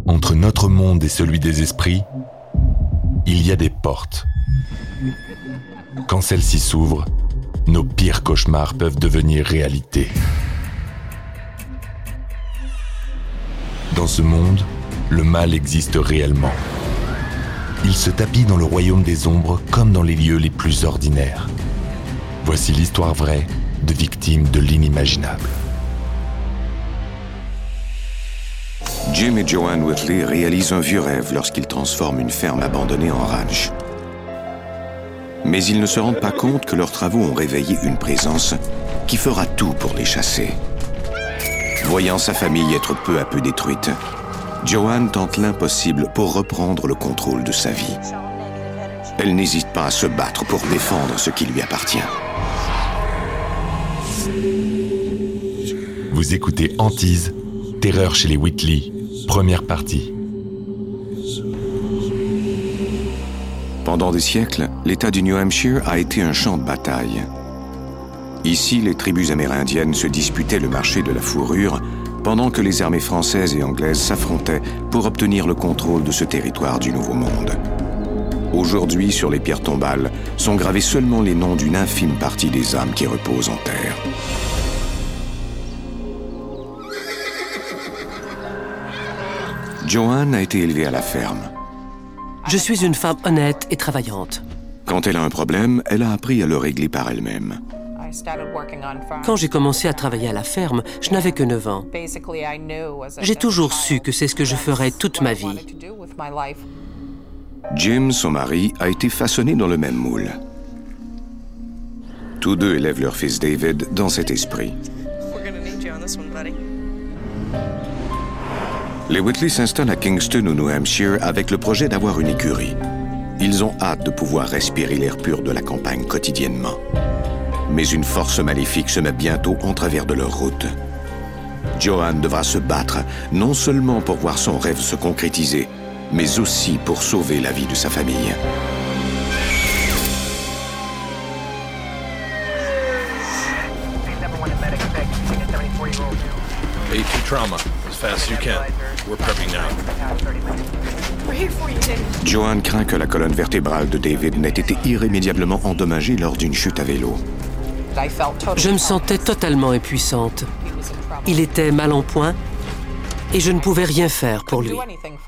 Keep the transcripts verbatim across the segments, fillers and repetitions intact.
Entre notre monde et celui des esprits, il y a des portes. Quand celles-ci s'ouvrent, nos pires cauchemars peuvent devenir réalité. Dans ce monde, le mal existe réellement. Il se tapit dans le royaume des ombres comme dans les lieux les plus ordinaires. Voici l'histoire vraie de victimes de l'inimaginable. Jim et Joanne Whitley réalisent un vieux rêve lorsqu'ils transforment une ferme abandonnée en ranch. Mais ils ne se rendent pas compte que leurs travaux ont réveillé une présence qui fera tout pour les chasser. Voyant sa famille être peu à peu détruite, Joanne tente l'impossible pour reprendre le contrôle de sa vie. Elle n'hésite pas à se battre pour défendre ce qui lui appartient. Vous écoutez Hantise, Terreur chez les Whitley, première partie. Pendant des siècles, l'État du New Hampshire a été un champ de bataille. Ici, les tribus amérindiennes se disputaient le marché de la fourrure, pendant que les armées françaises et anglaises s'affrontaient pour obtenir le contrôle de ce territoire du Nouveau Monde. Aujourd'hui, sur les pierres tombales, sont gravés seulement les noms d'une infime partie des âmes qui reposent en terre. Joanne a été élevée à la ferme. Je suis une femme honnête et travaillante. Quand elle a un problème, elle a appris à le régler par elle-même. Quand j'ai commencé à travailler à la ferme, je n'avais que neuf ans. J'ai toujours su que c'est ce que je ferais toute ma vie. Jim, son mari, a été façonné dans le même moule. Tous deux élèvent leur fils David dans cet esprit. Les Whitley s'installent à Kingston, au New Hampshire, avec le projet d'avoir une écurie. Ils ont hâte de pouvoir respirer l'air pur de la campagne quotidiennement. Mais une force maléfique se met bientôt en travers de leur route. Joanne devra se battre, non seulement pour voir son rêve se concrétiser, mais aussi pour sauver la vie de sa famille. A two trauma, as fast as you can. We're prepping now. Joanne craint que la colonne vertébrale de David n'ait été irrémédiablement endommagée lors d'une chute à vélo. Je me sentais totalement impuissante. Il était mal en point et je ne pouvais rien faire pour lui.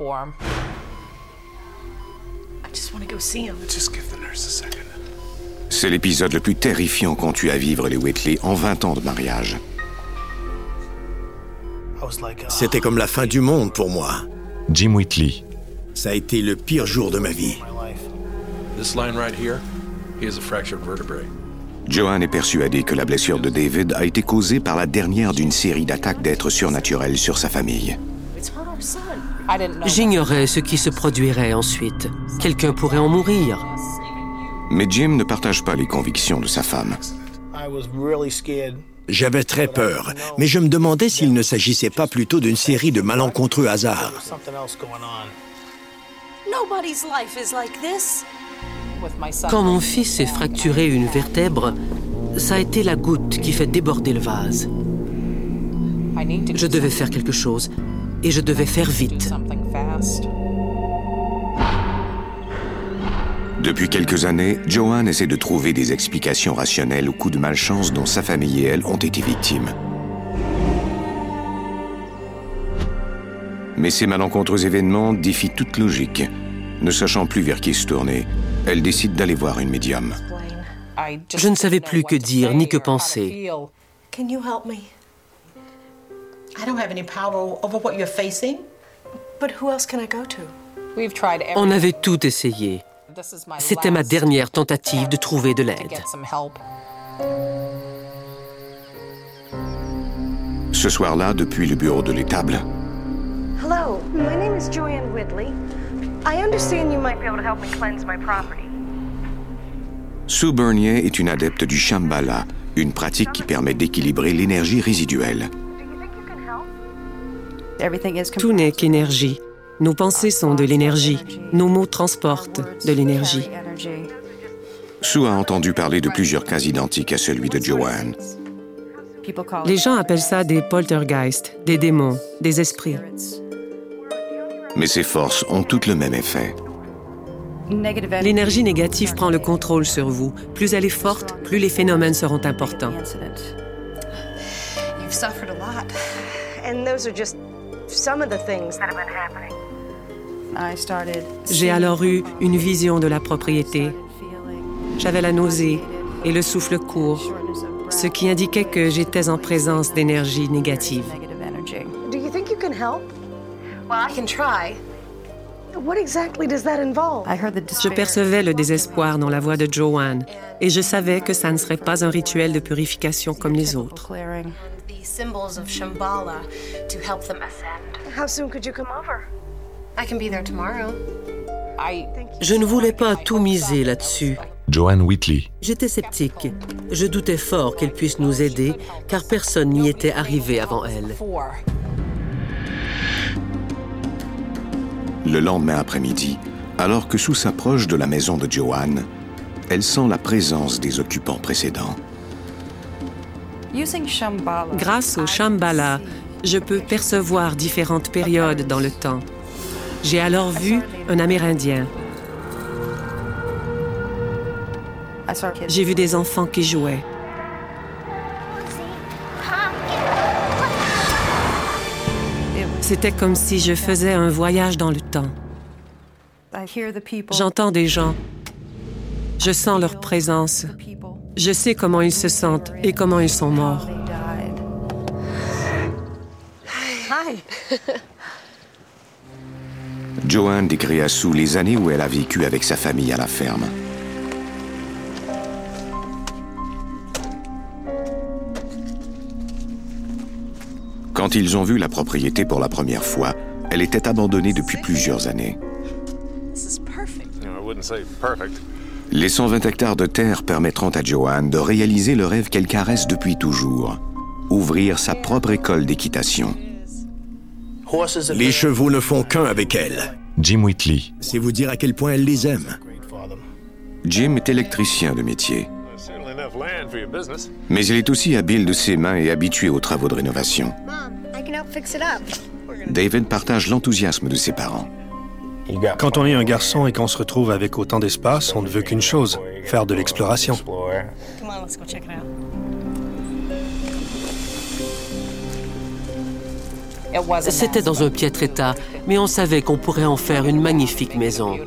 C'est l'épisode le plus terrifiant qu'ont eu à vivre les Whitley en vingt ans de mariage. C'était comme la fin du monde pour moi. Jim Whitley. Ça a été le pire jour de ma vie. This line right here, he has a fractured vertebrae. Joanne est persuadée que la blessure de David a été causée par la dernière d'une série d'attaques d'êtres surnaturels sur sa famille. J'ignorais ce qui se produirait ensuite. Quelqu'un pourrait en mourir. Mais Jim ne partage pas les convictions de sa femme. J'avais très peur, mais je me demandais s'il ne s'agissait pas plutôt d'une série de malencontreux hasards. Quand mon fils s'est fracturé une vertèbre, ça a été la goutte qui fait déborder le vase. Je devais faire quelque chose, et je devais faire vite. Depuis quelques années, Joanne essaie de trouver des explications rationnelles aux coups de malchance dont sa famille et elle ont été victimes. Mais ces malencontreux événements défient toute logique. Ne sachant plus vers qui se tourner, elle décide d'aller voir une médium. Je ne savais plus que dire ni que penser. Can you help me? I don't have any power over what you're facing. But who else can I go to? On avait tout essayé. C'était ma dernière tentative de trouver de l'aide. Ce soir-là, depuis le bureau de l'étable. Hello, my name is Joanne Whitley. I understand you might be able to help me cleanse my property. Sue Bernier est une adepte du Shambhala, une pratique qui permet d'équilibrer l'énergie résiduelle. Tout n'est qu'énergie. Nos pensées sont de l'énergie. Nos mots transportent de l'énergie. Sue a entendu parler de plusieurs cas identiques à celui de Joanne. Les gens appellent ça des poltergeists, des démons, des esprits. Mais ces forces ont toutes le même effet. L'énergie négative prend le contrôle sur vous. Plus elle est forte, plus les phénomènes seront importants. You've suffered a lot. And those are just some of the things that have been happening. J'ai alors eu une vision de la propriété. J'avais la nausée et le souffle court, ce qui indiquait que j'étais en présence d'énergie négative. Do you think you can help? Well, I can try. What exactly does that involve? Je percevais le désespoir dans la voix de Joanne et je savais que ça ne serait pas un rituel de purification comme les autres. The symbols of Shambhala to help them ascend. How soon could you come over? I can be there tomorrow. Je ne voulais pas tout miser là-dessus. Joanne Whitley. J'étais sceptique. Je doutais fort qu'elle puisse nous aider, car personne n'y était arrivé avant elle. Le lendemain après-midi, alors que Sue s'approche de la maison de Joanne, elle sent la présence des occupants précédents. Grâce au Shambhala, je peux percevoir différentes périodes dans le temps. J'ai alors vu un Amérindien. J'ai vu des enfants qui jouaient. C'était comme si je faisais un voyage dans le temps. J'entends des gens. Je sens leur présence. Je sais comment ils se sentent et comment ils sont morts. Hi. Joanne décrit à Sue les années où elle a vécu avec sa famille à la ferme. Quand ils ont vu la propriété pour la première fois, elle était abandonnée depuis plusieurs années. Les cent vingt hectares de terre permettront à Joanne de réaliser le rêve qu'elle caresse depuis toujours, ouvrir sa propre école d'équitation. Les chevaux ne font qu'un avec elle. Jim Whitley. C'est vous dire à quel point elle les aime. Jim est électricien de métier. Mais il est aussi habile de ses mains et habitué aux travaux de rénovation. David partage l'enthousiasme de ses parents. Quand on est un garçon et qu'on se retrouve avec autant d'espace, on ne veut qu'une chose, faire de l'exploration. C'était dans un piètre état, mais on savait qu'on pourrait en faire une magnifique maison.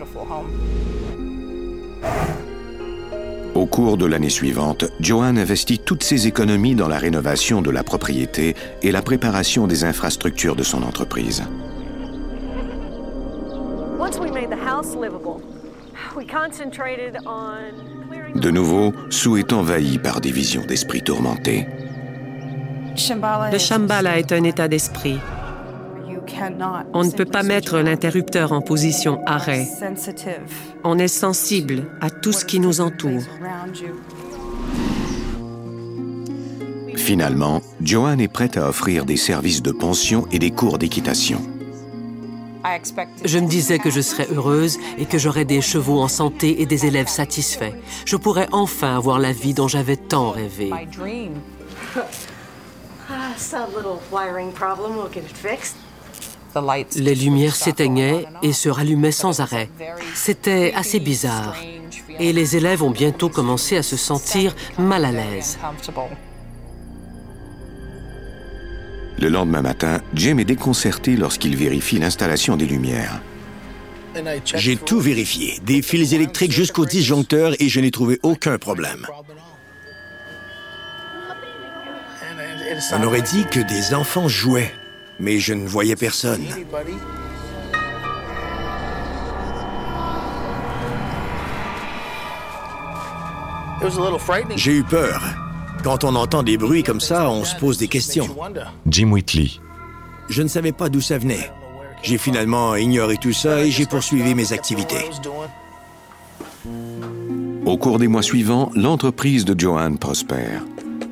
Au cours de l'année suivante, Joanne investit toutes ses économies dans la rénovation de la propriété et la préparation des infrastructures de son entreprise. De nouveau, Sue est envahie par des visions d'esprits tourmentés. Le Shambhala est un état d'esprit. On ne peut pas mettre l'interrupteur en position arrêt. On est sensible à tout ce qui nous entoure. Finalement, Joanne est prête à offrir des services de pension et des cours d'équitation. Je me disais que je serais heureuse et que j'aurais des chevaux en santé et des élèves satisfaits. Je pourrais enfin avoir la vie dont j'avais tant rêvé. Les lumières s'éteignaient et se rallumaient sans arrêt. C'était assez bizarre. Et les élèves ont bientôt commencé à se sentir mal à l'aise. Le lendemain matin, Jim est déconcerté lorsqu'il vérifie l'installation des lumières. J'ai tout vérifié, des fils électriques jusqu'aux disjoncteurs, et je n'ai trouvé aucun problème. On aurait dit que des enfants jouaient, mais je ne voyais personne. J'ai eu peur. Quand on entend des bruits comme ça, on se pose des questions. Jim Whitley. Je ne savais pas d'où ça venait. J'ai finalement ignoré tout ça et j'ai poursuivi mes activités. Au cours des mois suivants, l'entreprise de Joanne prospère.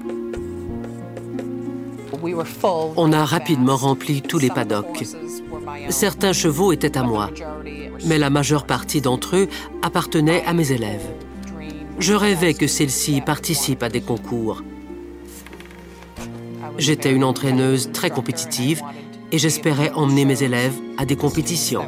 On a rapidement rempli tous les paddocks. Certains chevaux étaient à moi, mais la majeure partie d'entre eux appartenaient à mes élèves. Je rêvais que celles-ci participent à des concours. J'étais une entraîneuse très compétitive et j'espérais emmener mes élèves à des compétitions.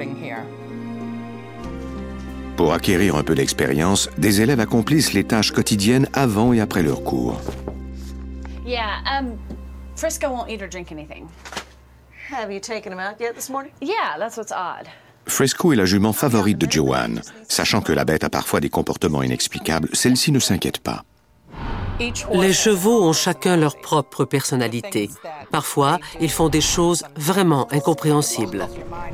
Pour acquérir un peu d'expérience, des élèves accomplissent les tâches quotidiennes avant et après leur cours. Yeah, um, Frisco won't eat or drink anything. Have you taken him out yet this morning? Yeah, that's what's odd. Frisco est la jument favorite de Joanne. Sachant que la bête a parfois des comportements inexplicables, celle-ci ne s'inquiète pas. Les chevaux ont chacun leur propre personnalité. Parfois, ils font des choses vraiment incompréhensibles.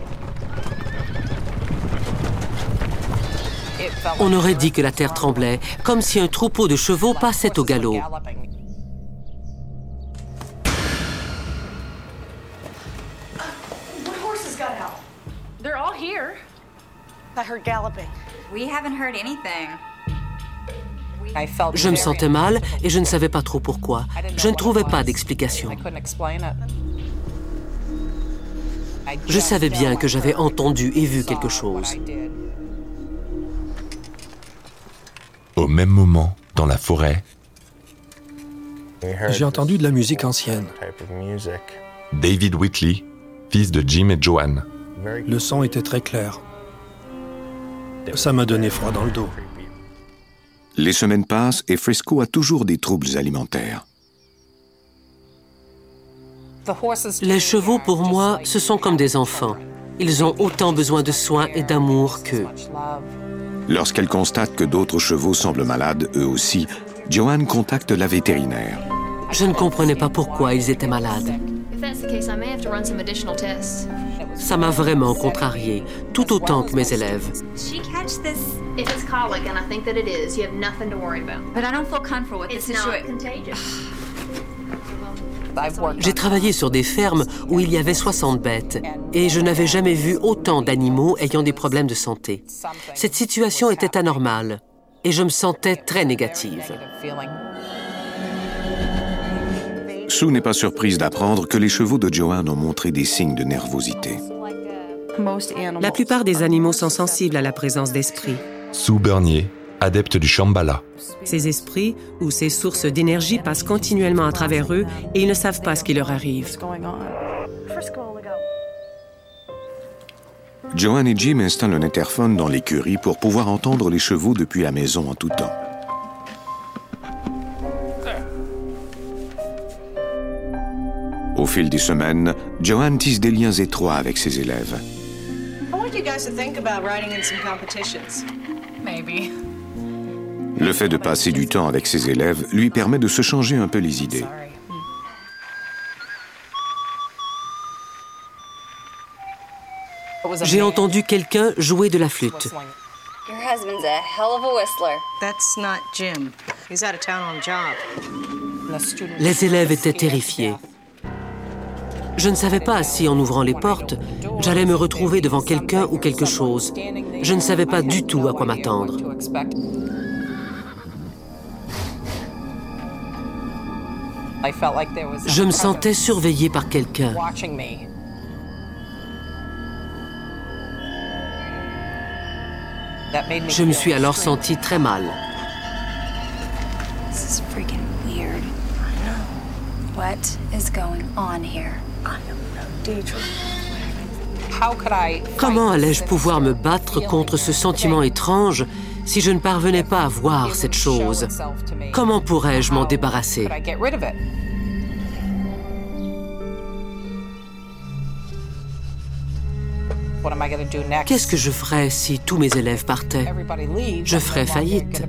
On aurait dit que la terre tremblait, comme si un troupeau de chevaux passait au galop. What horses got out? They're all here. I heard galloping. We haven't heard anything. Je me sentais mal et je ne savais pas trop pourquoi. Je ne trouvais pas d'explication. Je savais bien que j'avais entendu et vu quelque chose. Au même moment, dans la forêt, J'ai entendu de la musique ancienne. David Whitley, fils de Jim et Joanne. Le son était très clair. Ça m'a donné froid dans le dos. Les semaines passent et Frisco a toujours des troubles alimentaires. Les chevaux, pour moi, ce sont comme des enfants. Ils ont autant besoin de soins et d'amour qu'eux. Lorsqu'elle constate que d'autres chevaux semblent malades, eux aussi, Joanne contacte la vétérinaire. Je ne comprenais pas pourquoi ils étaient malades. Ça m'a vraiment contrariée, tout autant que mes élèves. If it's colic, and I think that it is, you have nothing to worry about. But I don't feel comfortable with this situation. J'ai travaillé sur des fermes où il y avait soixante bêtes et je n'avais jamais vu autant d'animaux ayant des problèmes de santé. Cette situation était anormale et je me sentais très négative. Sue n'est pas surprise d'apprendre que les chevaux de Joanne ont montré des signes de nervosité. La plupart des animaux sont sensibles à la présence d'esprits. Sue Bernier, adepte du Shambhala. Ces esprits ou ces sources d'énergie passent continuellement à travers eux et ils ne savent pas ce qui leur arrive. Joanne et Jim installent un interphone dans l'écurie pour pouvoir entendre les chevaux depuis la maison en tout temps. Au fil des semaines, Joanne tisse des liens étroits avec ses élèves. Maybe. Le fait de passer du temps avec ses élèves lui permet de se changer un peu les idées. J'ai entendu quelqu'un jouer de la flûte. Your husband's a hell of a whistler. That's not Jim. He's out of town on a job. Les élèves étaient terrifiés. Je ne savais pas si, en ouvrant les portes, j'allais me retrouver devant quelqu'un ou quelque chose. Je ne savais pas du tout à quoi m'attendre. Je me sentais surveillée par quelqu'un. Je me suis alors sentie très mal. This is freaking weird. I know. What is going on here? Comment allais-je pouvoir me battre contre ce sentiment étrange si je ne parvenais pas à voir cette chose? Comment pourrais-je m'en débarrasser? Qu'est-ce que je ferais si tous mes élèves partaient? Je ferais faillite.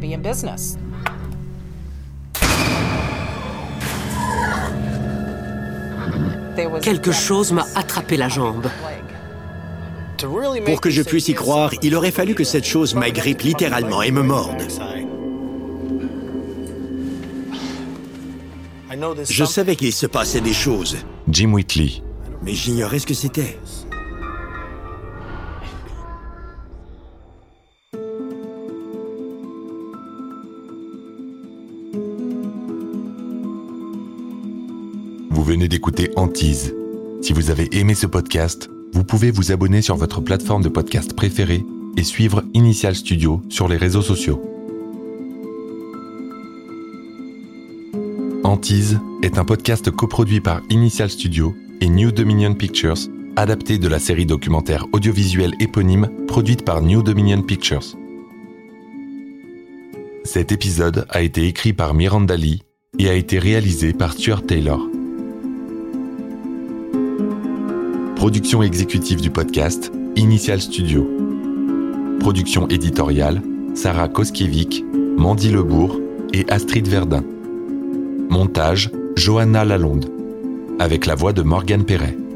Quelque chose m'a attrapé la jambe. Pour que je puisse y croire, il aurait fallu que cette chose m'agrippe littéralement et me morde. Je savais qu'il se passait des choses. Jim Whitley. Mais j'ignorais ce que c'était. Vous venez d'écouter Antise. Si vous avez aimé ce podcast, vous pouvez vous abonner sur votre plateforme de podcast préférée et suivre Initial Studio sur les réseaux sociaux. Antise est un podcast coproduit par Initial Studio et New Dominion Pictures, adapté de la série documentaire audiovisuelle éponyme produite par New Dominion Pictures. Cet épisode a été écrit par Miranda Lee et a été réalisé par Stuart Taylor. Production exécutive du podcast, Initial Studio. Production éditoriale, Sarah Koskiewicz, Mandy Lebourg et Astrid Verdun. Montage, Johanna Lalonde. Avec la voix de Morgane Perret.